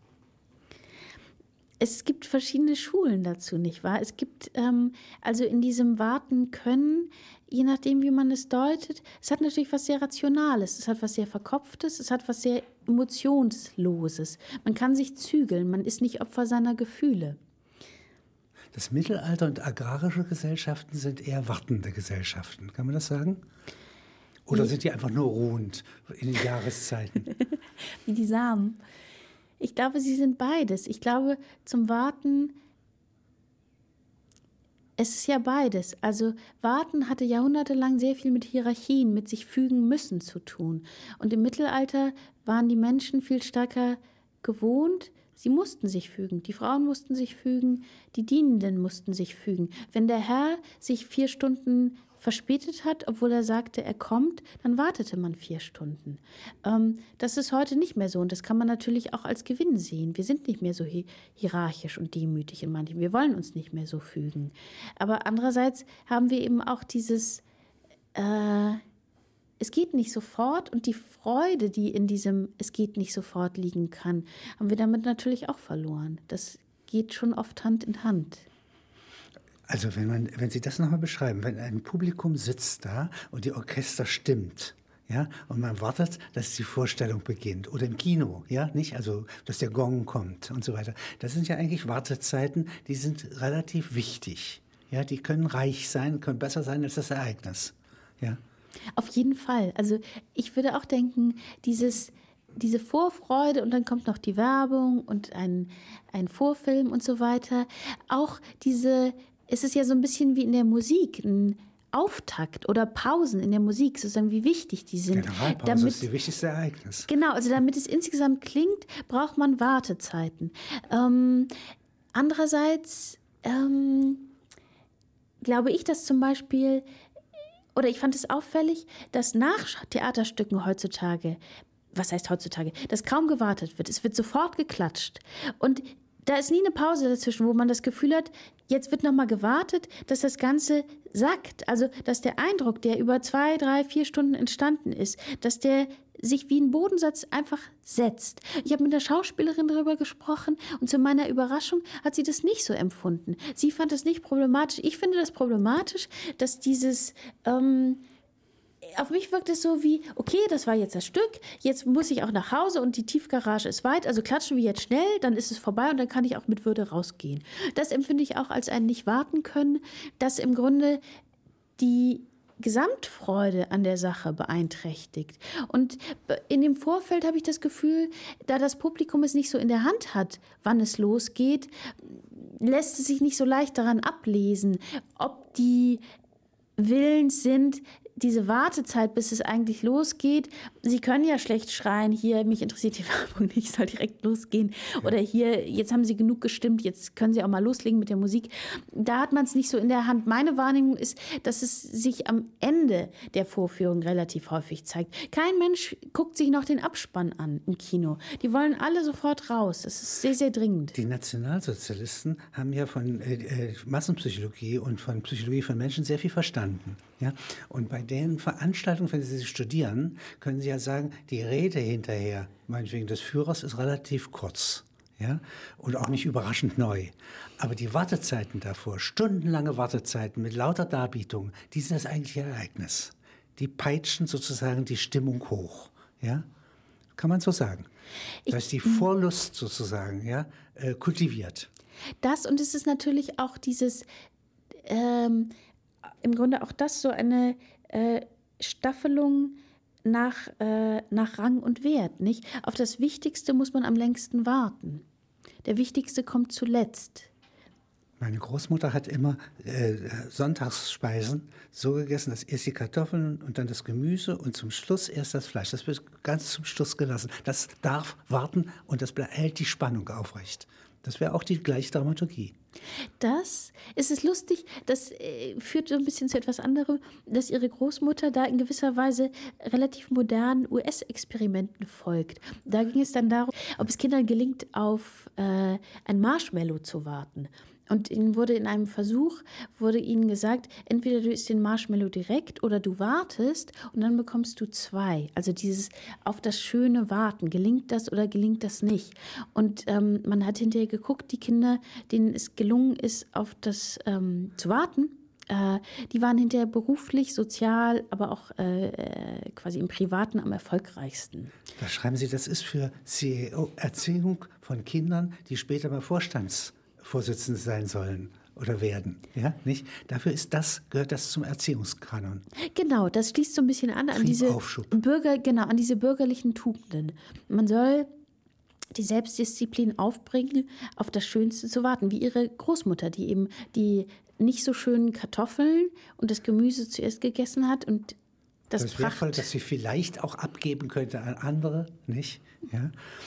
Es gibt verschiedene Schulen dazu, nicht wahr? Es gibt ähm, also in diesem Warten können, je nachdem, wie man es deutet, es hat natürlich was sehr Rationales, es hat was sehr Verkopftes, es hat was sehr Emotionsloses. Man kann sich zügeln, man ist nicht Opfer seiner Gefühle.
Das Mittelalter und agrarische Gesellschaften sind eher wartende Gesellschaften. Kann man das sagen? Oder sind die einfach nur ruhend in den Jahreszeiten?
Wie die Samen. Ich glaube, sie sind beides. Ich glaube, zum Warten, es ist ja beides. Also Warten hatte jahrhundertelang sehr viel mit Hierarchien, mit sich fügen müssen zu tun. Und im Mittelalter waren die Menschen viel stärker gewohnt, sie mussten sich fügen. Die Frauen mussten sich fügen, die Dienenden mussten sich fügen. Wenn der Herr sich vier Stunden verspätet hat, obwohl er sagte, er kommt, dann wartete man vier Stunden. Ähm, das ist heute nicht mehr so und das kann man natürlich auch als Gewinn sehen. Wir sind nicht mehr so hi- hierarchisch und demütig in manchen. Wir wollen uns nicht mehr so fügen. Aber andererseits haben wir eben auch dieses, äh, es geht nicht sofort und die Freude, die in diesem es geht nicht sofort liegen kann, haben wir damit natürlich auch verloren. Das geht schon oft Hand in Hand.
Also wenn, man, wenn Sie das nochmal beschreiben, wenn ein Publikum sitzt da und die Orchester stimmt, ja, und man wartet, dass die Vorstellung beginnt oder im Kino, ja, nicht, also dass der Gong kommt und so weiter. Das sind ja eigentlich Wartezeiten, die sind relativ wichtig, ja, die können reich sein, können besser sein als das Ereignis, ja.
Auf jeden Fall. Also ich würde auch denken, dieses diese Vorfreude und dann kommt noch die Werbung und ein, ein Vorfilm und so weiter. Auch diese, es ist ja so ein bisschen wie in der Musik, ein Auftakt oder Pausen in der Musik, sozusagen wie wichtig die sind.
Generalpause
damit,
ist das wichtigste Ereignis.
Genau, also damit es insgesamt klingt, braucht man Wartezeiten. Ähm, andererseits ähm, glaube ich, dass zum Beispiel, oder ich fand es auffällig, dass nach Theaterstücken heutzutage, was heißt heutzutage, dass kaum gewartet wird. Es wird sofort geklatscht. Und da ist nie eine Pause dazwischen, wo man das Gefühl hat, jetzt wird nochmal gewartet, dass das Ganze sackt. Also, dass der Eindruck, der über zwei, drei, vier Stunden entstanden ist, dass der sich wie ein Bodensatz einfach setzt. Ich habe mit der Schauspielerin darüber gesprochen und zu meiner Überraschung hat sie das nicht so empfunden. Sie fand das nicht problematisch. Ich finde das problematisch, dass dieses... Ähm, auf mich wirkt es so wie, okay, das war jetzt das Stück, jetzt muss ich auch nach Hause und die Tiefgarage ist weit, also klatschen wir jetzt schnell, dann ist es vorbei und dann kann ich auch mit Würde rausgehen. Das empfinde ich auch als ein nicht warten können, das im Grunde die Gesamtfreude an der Sache beeinträchtigt. Und in dem Vorfeld habe ich das Gefühl, da das Publikum es nicht so in der Hand hat, wann es losgeht, lässt es sich nicht so leicht daran ablesen, ob die willens sind, diese Wartezeit, bis es eigentlich losgeht. Sie können ja schlecht schreien, hier, mich interessiert die Werbung nicht, soll direkt losgehen. Ja. Oder hier, jetzt haben Sie genug gestimmt, jetzt können Sie auch mal loslegen mit der Musik. Da hat man es nicht so in der Hand. Meine Wahrnehmung ist, dass es sich am Ende der Vorführung relativ häufig zeigt. Kein Mensch guckt sich noch den Abspann an im Kino. Die wollen alle sofort raus. Das ist sehr, sehr dringend.
Die Nationalsozialisten haben ja von äh, Massenpsychologie und von Psychologie von Menschen sehr viel verstanden. Ja? Und bei den Veranstaltungen, wenn Sie sie studieren, können Sie ja sagen, die Rede hinterher, meinetwegen des Führers, ist relativ kurz. Ja? Und auch nicht überraschend neu. Aber die Wartezeiten davor, stundenlange Wartezeiten mit lauter Darbietungen, die sind das eigentliche Ereignis. Die peitschen sozusagen die Stimmung hoch. Ja? Kann man so sagen. Dass die Vorlust sozusagen ja, äh, kultiviert.
Das und es ist natürlich auch dieses, ähm, im Grunde auch das so eine äh, Staffelung nach, äh, nach Rang und Wert. Nicht? Auf das Wichtigste muss man am längsten warten. Der Wichtigste kommt zuletzt.
Meine Großmutter hat immer äh, Sonntagsspeisen so gegessen, dass erst die Kartoffeln und dann das Gemüse und zum Schluss erst das Fleisch. Das wird ganz zum Schluss gelassen. Das darf warten und das hält die Spannung aufrecht. Das wäre auch die gleiche Dramaturgie.
Das ist es lustig, das äh, führt so ein bisschen zu etwas anderem, dass ihre Großmutter da in gewisser Weise relativ modernen U S-Experimenten folgt. Da ging es dann darum, ob es Kindern gelingt, auf äh, ein Marshmallow zu warten. Und ihnen wurde in einem Versuch, wurde ihnen gesagt, entweder du isst den Marshmallow direkt oder du wartest und dann bekommst du zwei. Also dieses auf das schöne Warten. Gelingt das oder gelingt das nicht? Und ähm, man hat hinterher geguckt, die Kinder, denen es gelungen ist, auf das ähm, zu warten, äh, die waren hinterher beruflich, sozial, aber auch äh, quasi im Privaten am erfolgreichsten.
Da schreiben Sie, das ist für C E O Erziehung von Kindern, die später mal Vorstands Vorsitzende sein sollen oder werden, ja, nicht? Dafür ist das, gehört das zum Erziehungskanon.
Genau, das schließt so ein bisschen an an diese Bürger, genau, an diese bürgerlichen Tugenden. Man soll die Selbstdisziplin aufbringen, auf das Schönste zu warten, wie ihre Großmutter, die eben die nicht so schönen Kartoffeln und das Gemüse zuerst gegessen hat und das,
das Wertvolle, das sie vielleicht auch abgeben könnte an andere, nicht? Ja?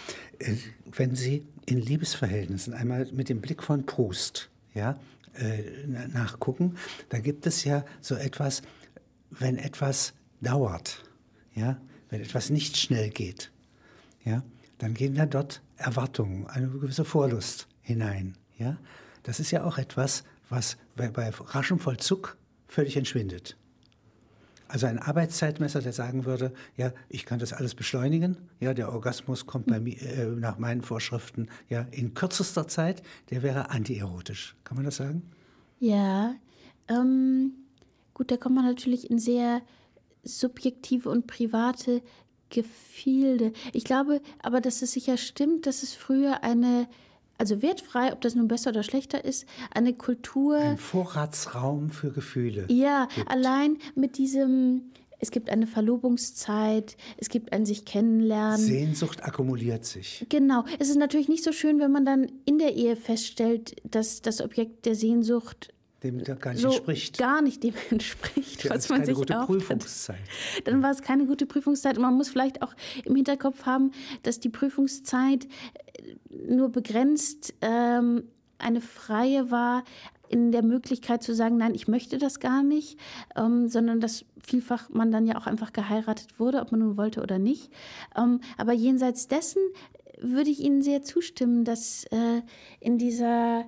Wenn Sie in Liebesverhältnissen einmal mit dem Blick von Proust ja, äh, nachgucken, da gibt es ja so etwas, wenn etwas dauert, ja, wenn etwas nicht schnell geht, ja, dann gehen da dort Erwartungen, eine gewisse Vorlust hinein. Ja? Das ist ja auch etwas, was bei, bei raschem Vollzug völlig entschwindet. Also ein Arbeitszeitmesser, der sagen würde, ja, ich kann das alles beschleunigen, ja, der Orgasmus kommt bei mir äh, nach meinen Vorschriften ja in kürzester Zeit, der wäre antierotisch. Kann man das sagen?
Ja, ähm, gut, da kommt man natürlich in sehr subjektive und private Gefilde. Ich glaube aber, dass es sicher stimmt, dass es früher eine, also wertfrei, ob das nun besser oder schlechter ist, eine Kultur...
Ein Vorratsraum für Gefühle.
Ja,
gibt.
Allein mit diesem, es gibt eine Verlobungszeit, es gibt ein sich kennenlernen.
Sehnsucht akkumuliert sich.
Genau. Es ist natürlich nicht so schön, wenn man dann in der Ehe feststellt, dass das Objekt der Sehnsucht
dem gar nicht
so
entspricht.
gar nicht dem entspricht,
ja,
was man sich
gute
aufhat.
Prüfungszeit.
Dann war es keine gute Prüfungszeit. Und man muss vielleicht auch im Hinterkopf haben, dass die Prüfungszeit nur begrenzt ähm, eine freie war in der Möglichkeit zu sagen, nein, ich möchte das gar nicht, ähm, sondern dass vielfach man dann ja auch einfach geheiratet wurde, ob man nun wollte oder nicht. Ähm, aber jenseits dessen würde ich Ihnen sehr zustimmen, dass äh, in dieser,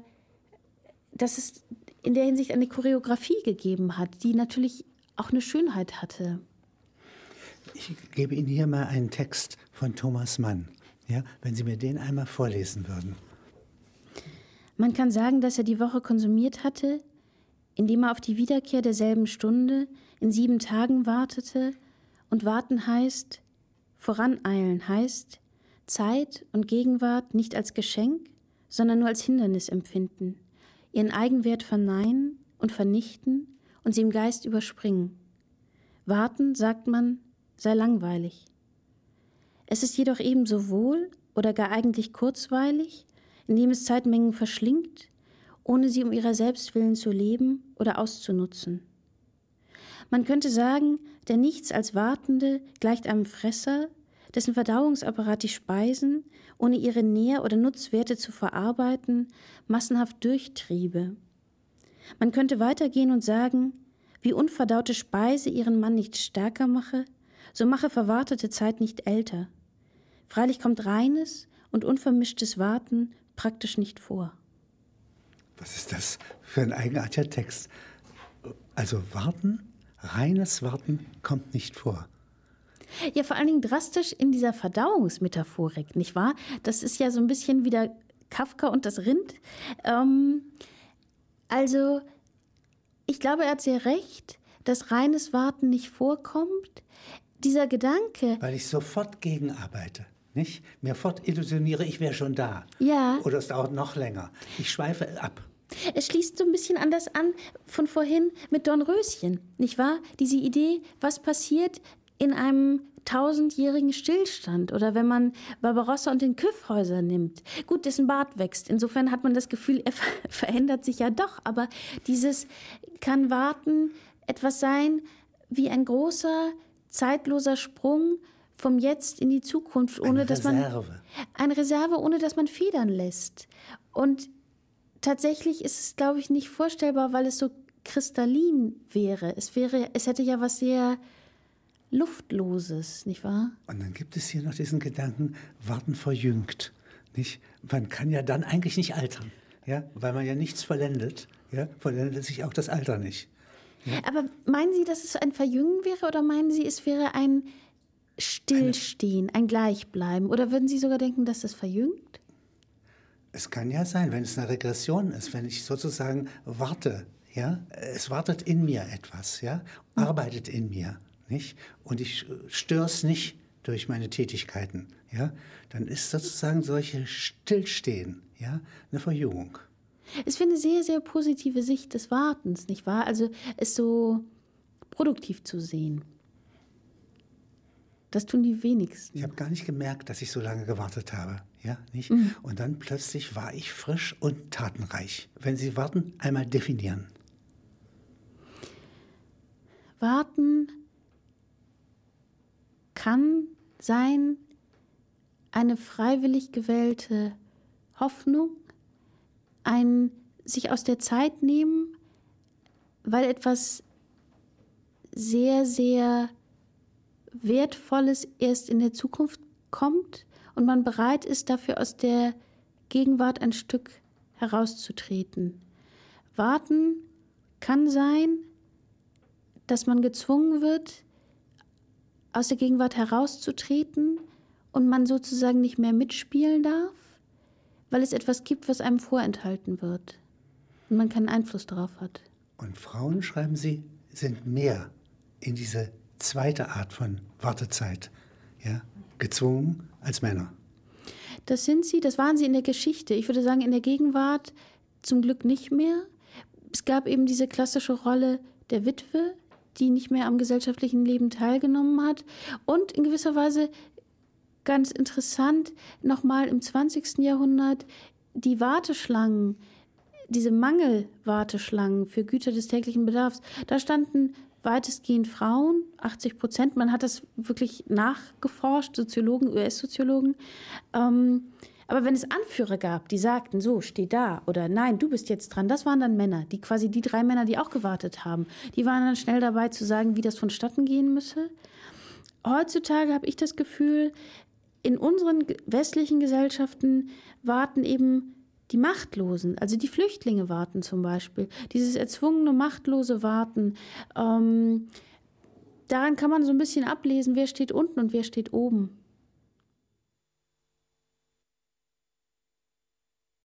dass es in der Hinsicht eine Choreografie gegeben hat, die natürlich auch eine Schönheit hatte.
Ich gebe Ihnen hier mal einen Text von Thomas Mann, ja, wenn Sie mir den einmal vorlesen würden.
Man kann sagen, dass er die Woche konsumiert hatte, indem er auf die Wiederkehr derselben Stunde in sieben Tagen wartete Und warten heißt, voraneilen heißt, Zeit und Gegenwart nicht als Geschenk, sondern nur als Hindernis empfinden, ihren Eigenwert verneinen und vernichten und sie im Geist überspringen. Warten, sagt man, sei langweilig. Es ist jedoch ebenso wohl oder gar eigentlich kurzweilig, indem es Zeitmengen verschlingt, ohne sie um ihrer selbst willen zu leben oder auszunutzen. Man könnte sagen, der Nichts als Wartende gleicht einem Fresser, dessen Verdauungsapparat die Speisen, ohne ihre Nähr- oder Nutzwerte zu verarbeiten, massenhaft durchtriebe. Man könnte weitergehen und sagen, wie unverdaute Speise ihren Mann nicht stärker mache, so mache verwartete Zeit nicht älter. Freilich kommt reines und unvermischtes Warten praktisch nicht vor.
Was ist das für ein eigenartiger Text? Also warten, reines Warten kommt nicht vor.
Ja, vor allen Dingen drastisch in dieser Verdauungsmetaphorik, nicht wahr? Das ist ja so ein bisschen wie der Kafka und das Rind. Ähm, also, ich glaube, er hat sehr recht, dass reines Warten nicht vorkommt. Dieser Gedanke...
Weil ich sofort gegenarbeite, nicht? Mir fort illusioniere, ich wäre schon da.
Ja.
Oder es dauert noch länger. Ich schweife ab.
Es schließt so ein bisschen an das an von vorhin mit Dornröschen, nicht wahr? Diese Idee, was passiert in einem tausendjährigen Stillstand oder wenn man Barbarossa und den Kyffhäuser nimmt. Gut, dessen Bart wächst. Insofern hat man das Gefühl, er verändert sich ja doch. Aber dieses kann Warten etwas sein wie ein großer, zeitloser Sprung vom Jetzt in die Zukunft, ohne
eine
dass man...
Reserve.
Eine Reserve, ohne dass man federn lässt. Und tatsächlich ist es, glaube ich, nicht vorstellbar, weil es so kristallin wäre. Es wäre, es hätte ja was sehr Luftloses, nicht wahr?
Und dann gibt es hier noch diesen Gedanken, Warten verjüngt. Nicht? Man kann ja dann eigentlich nicht altern, ja? Weil man ja nichts vollendet. Ja? Vollendet sich auch das Alter nicht. Ja?
Aber meinen Sie, dass es ein Verjüngen wäre oder meinen Sie, es wäre ein Stillstehen, ein Gleichbleiben? Oder würden Sie sogar denken, dass das verjüngt?
Es kann ja sein, wenn es eine Regression ist, wenn ich sozusagen warte, ja? Es wartet in mir etwas, ja? Arbeitet in mir. Nicht? Und ich störe es nicht durch meine Tätigkeiten, ja? Dann ist sozusagen solche Stillstehen, ja, eine Verjüngung.
Es wäre eine sehr, sehr positive Sicht des Wartens, nicht wahr? Also es so produktiv zu sehen. Das tun die wenigsten.
Ich habe gar nicht gemerkt, dass ich so lange gewartet habe, ja, nicht?
Mhm.
Und dann plötzlich war ich frisch und tatenreich. Wenn Sie warten, einmal definieren.
Warten kann sein eine freiwillig gewählte Hoffnung, ein sich aus der Zeit nehmen, weil etwas sehr, sehr Wertvolles erst in der Zukunft kommt und man bereit ist, dafür aus der Gegenwart ein Stück herauszutreten. Warten kann sein, dass man gezwungen wird, aus der Gegenwart herauszutreten und man sozusagen nicht mehr mitspielen darf, weil es etwas gibt, was einem vorenthalten wird und man keinen Einfluss darauf hat.
Und Frauen, schreiben Sie, sind mehr in diese zweite Art von Wartezeit, ja, gezwungen als Männer.
Das sind sie, das waren sie in der Geschichte. Ich würde sagen, in der Gegenwart zum Glück nicht mehr. Es gab eben diese klassische Rolle der Witwe, die nicht mehr am gesellschaftlichen Leben teilgenommen hat. Und in gewisser Weise, ganz interessant, nochmal im zwanzigsten Jahrhundert, die Warteschlangen, diese Mangelwarteschlangen für Güter des täglichen Bedarfs, da standen weitestgehend Frauen, achtzig Prozent. Man hat das wirklich nachgeforscht, Soziologen, U S-Soziologen. Ähm, aber wenn es Anführer gab, die sagten, so, steh da oder nein, du bist jetzt dran, das waren dann Männer, die quasi die drei Männer, die auch gewartet haben. Die waren dann schnell dabei zu sagen, wie das vonstatten gehen müsse. Heutzutage habe ich das Gefühl, in unseren westlichen Gesellschaften warten eben die Machtlosen, also die Flüchtlinge warten zum Beispiel. Dieses erzwungene, machtlose Warten, ähm, daran kann man so ein bisschen ablesen, wer steht unten und wer steht oben.